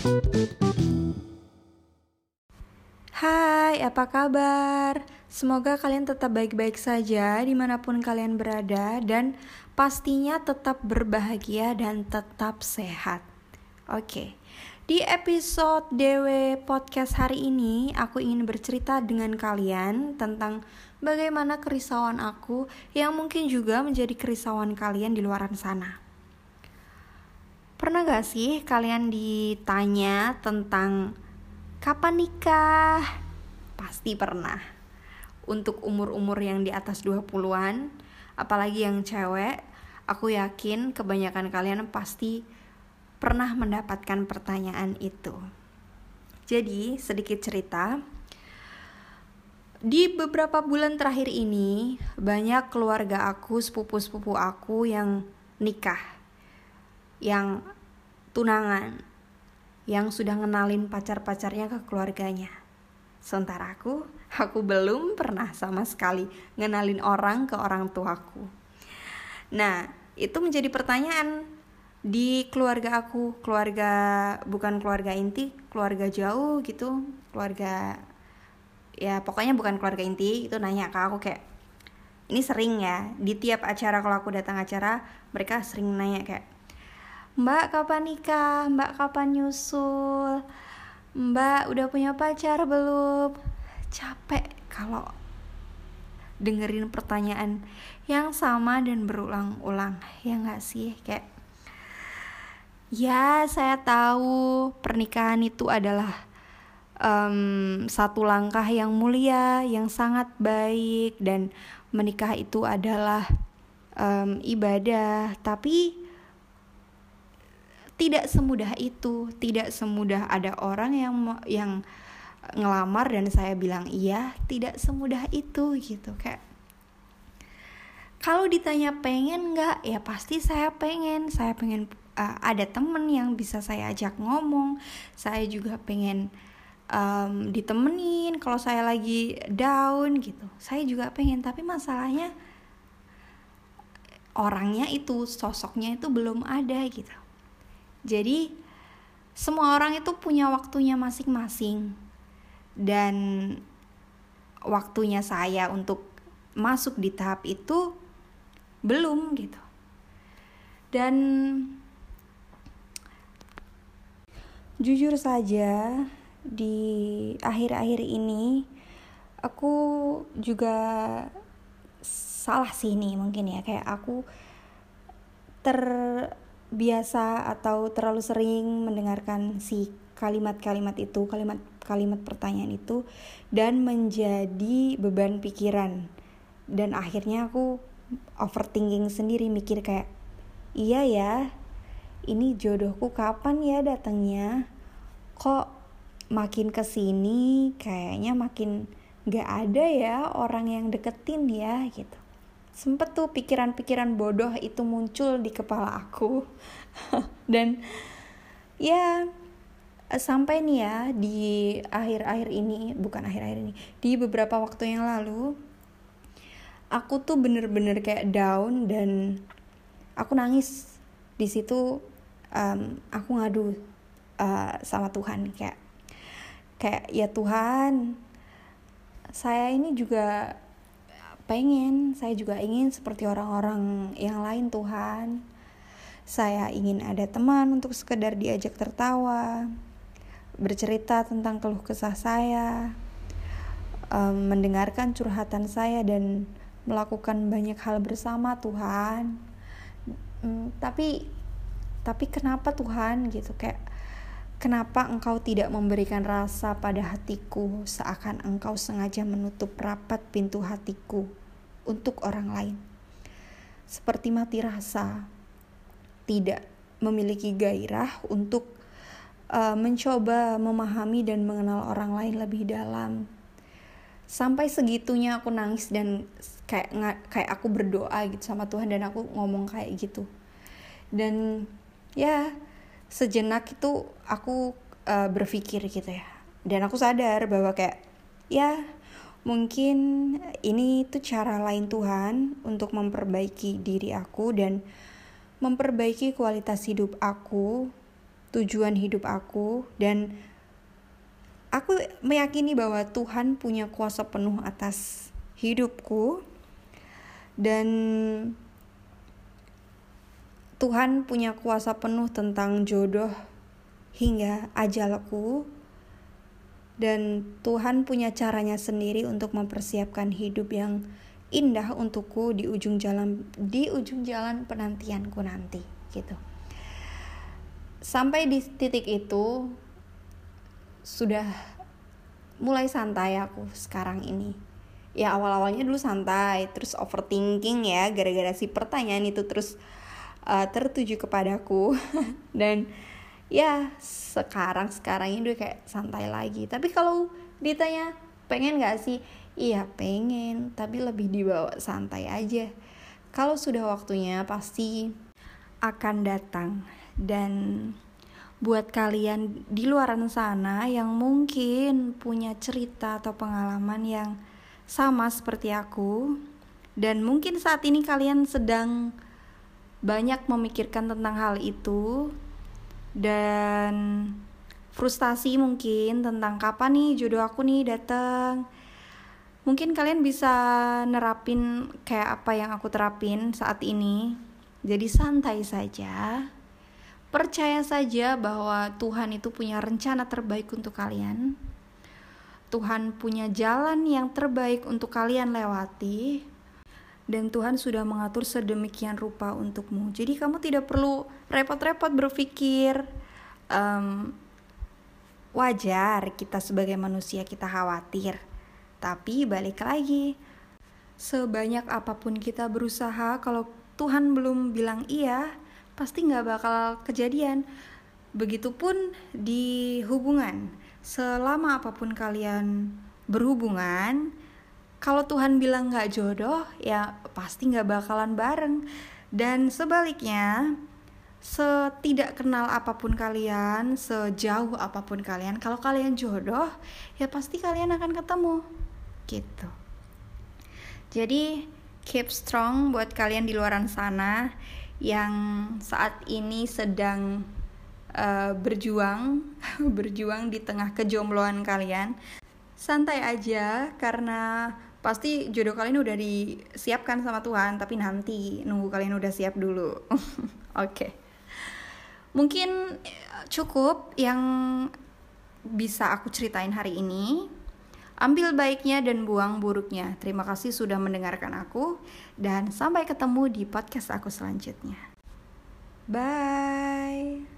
Hai, apa kabar? Semoga kalian tetap baik-baik saja dimanapun kalian berada dan pastinya tetap berbahagia dan tetap sehat. Oke, di episode DW Podcast hari ini aku ingin bercerita dengan kalian tentang bagaimana kerisauan aku yang mungkin juga menjadi kerisauan kalian di luar sana. Pernah gak sih kalian ditanya tentang kapan nikah? Pasti pernah. Untuk umur-umur yang di atas 20-an, apalagi yang cewek, aku yakin kebanyakan kalian pasti pernah mendapatkan pertanyaan itu. Jadi, sedikit cerita. Di beberapa bulan terakhir ini, banyak keluarga aku, sepupu-sepupu aku yang nikah, yang tunangan, yang sudah ngenalin pacar-pacarnya ke keluarganya. Sementara aku belum pernah sama sekali ngenalin orang ke orang tuaku. Nah, itu menjadi pertanyaan di keluarga aku, bukan keluarga inti, keluarga jauh gitu, keluarga ya pokoknya bukan keluarga inti, itu nanya ke aku kayak, ini sering ya, di tiap acara kalau aku datang acara, mereka sering nanya kayak, Mbak kapan nikah? Mbak kapan nyusul? Mbak udah punya pacar belum? Capek kalau dengerin pertanyaan yang sama dan berulang-ulang. Ya gak sih? Kayak, ya saya tahu pernikahan itu adalah satu langkah yang mulia, yang sangat baik, dan menikah itu adalah ibadah. Tapi tidak semudah itu, tidak semudah ada orang yang ngelamar dan saya bilang iya, tidak semudah itu gitu. Kayak kalau ditanya pengen nggak, ya pasti saya pengen ada temen yang bisa saya ajak ngomong. Saya juga pengen ditemenin kalau saya lagi down gitu. Saya juga pengen, tapi masalahnya orangnya itu, sosoknya itu belum ada gitu. Jadi semua orang itu punya waktunya masing-masing, dan waktunya saya untuk masuk di tahap itu belum gitu. Dan jujur saja di akhir-akhir ini aku juga salah sih nih mungkin ya, kayak aku terbiasa atau terlalu sering mendengarkan si kalimat-kalimat itu, kalimat pertanyaan itu, dan menjadi beban pikiran. Dan akhirnya aku overthinking sendiri, mikir kayak, iya ya, ini jodohku kapan ya datangnya? Kok makin kesini kayaknya makin gak ada ya orang yang deketin ya gitu. Sempet tuh pikiran-pikiran bodoh itu muncul di kepala aku. Dan ya sampai nih ya di di beberapa waktu yang lalu, aku tuh bener-bener kayak down dan aku nangis di situ. Aku ngadu sama Tuhan, kayak ya Tuhan, saya ini juga saya juga ingin seperti orang-orang yang lain Tuhan. Saya ingin ada teman untuk sekedar diajak tertawa, bercerita tentang keluh kesah saya, mendengarkan curhatan saya, dan melakukan banyak hal bersama Tuhan. Tapi kenapa Tuhan gitu, kayak kenapa Engkau tidak memberikan rasa pada hatiku, seakan Engkau sengaja menutup rapat pintu hatiku untuk orang lain. Seperti mati rasa, tidak memiliki gairah untuk mencoba memahami dan mengenal orang lain lebih dalam. Sampai segitunya aku nangis dan kayak aku berdoa gitu sama Tuhan, dan aku ngomong kayak gitu. Dan ya sejenak itu aku berpikir gitu ya, dan aku sadar bahwa kayak ya mungkin ini tuh cara lain Tuhan untuk memperbaiki diri aku dan memperbaiki kualitas hidup aku tujuan hidup aku, dan aku meyakini bahwa Tuhan punya kuasa penuh atas hidupku, dan Tuhan punya kuasa penuh tentang jodoh hingga ajalku, dan Tuhan punya caranya sendiri untuk mempersiapkan hidup yang indah untukku di ujung jalan penantianku nanti gitu. Sampai di titik itu sudah mulai santai aku sekarang ini. Ya awal-awalnya dulu santai, terus overthinking ya, gara-gara si pertanyaan itu terus tertuju kepadaku. Dan ya sekarang ini udah kayak santai lagi. Tapi kalau ditanya pengen gak sih? Iya pengen, tapi lebih dibawa santai aja. Kalau sudah waktunya pasti akan datang. Dan buat kalian di luaran sana yang mungkin punya cerita atau pengalaman yang sama seperti aku, dan mungkin saat ini kalian sedang banyak memikirkan tentang hal itu dan frustasi mungkin tentang kapan nih jodoh aku nih datang. Mungkin kalian bisa nerapin kayak apa yang aku terapin saat ini. Jadi santai saja. Percaya saja bahwa Tuhan itu punya rencana terbaik untuk kalian. Tuhan punya jalan yang terbaik untuk kalian lewati. Dan Tuhan sudah mengatur sedemikian rupa untukmu. Jadi kamu tidak perlu repot-repot berpikir. Wajar kita sebagai manusia kita khawatir. Tapi balik lagi, sebanyak apapun kita berusaha, kalau Tuhan belum bilang iya, pasti gak bakal kejadian. Begitupun di hubungan. Selama apapun kalian berhubungan, kalau Tuhan bilang gak jodoh, ya pasti gak bakalan bareng. Dan sebaliknya, setidak kenal apapun kalian, sejauh apapun kalian, kalau kalian jodoh, ya pasti kalian akan ketemu. Gitu. Jadi keep strong buat kalian di luaran sana yang saat ini sedang berjuang di tengah kejombloan kalian. Santai aja, karena pasti jodoh kalian udah disiapkan sama Tuhan, tapi nanti nunggu kalian udah siap dulu. Oke. Mungkin cukup yang bisa aku ceritain hari ini. Ambil baiknya dan buang buruknya. Terima kasih sudah mendengarkan aku, dan sampai ketemu di podcast aku selanjutnya. Bye.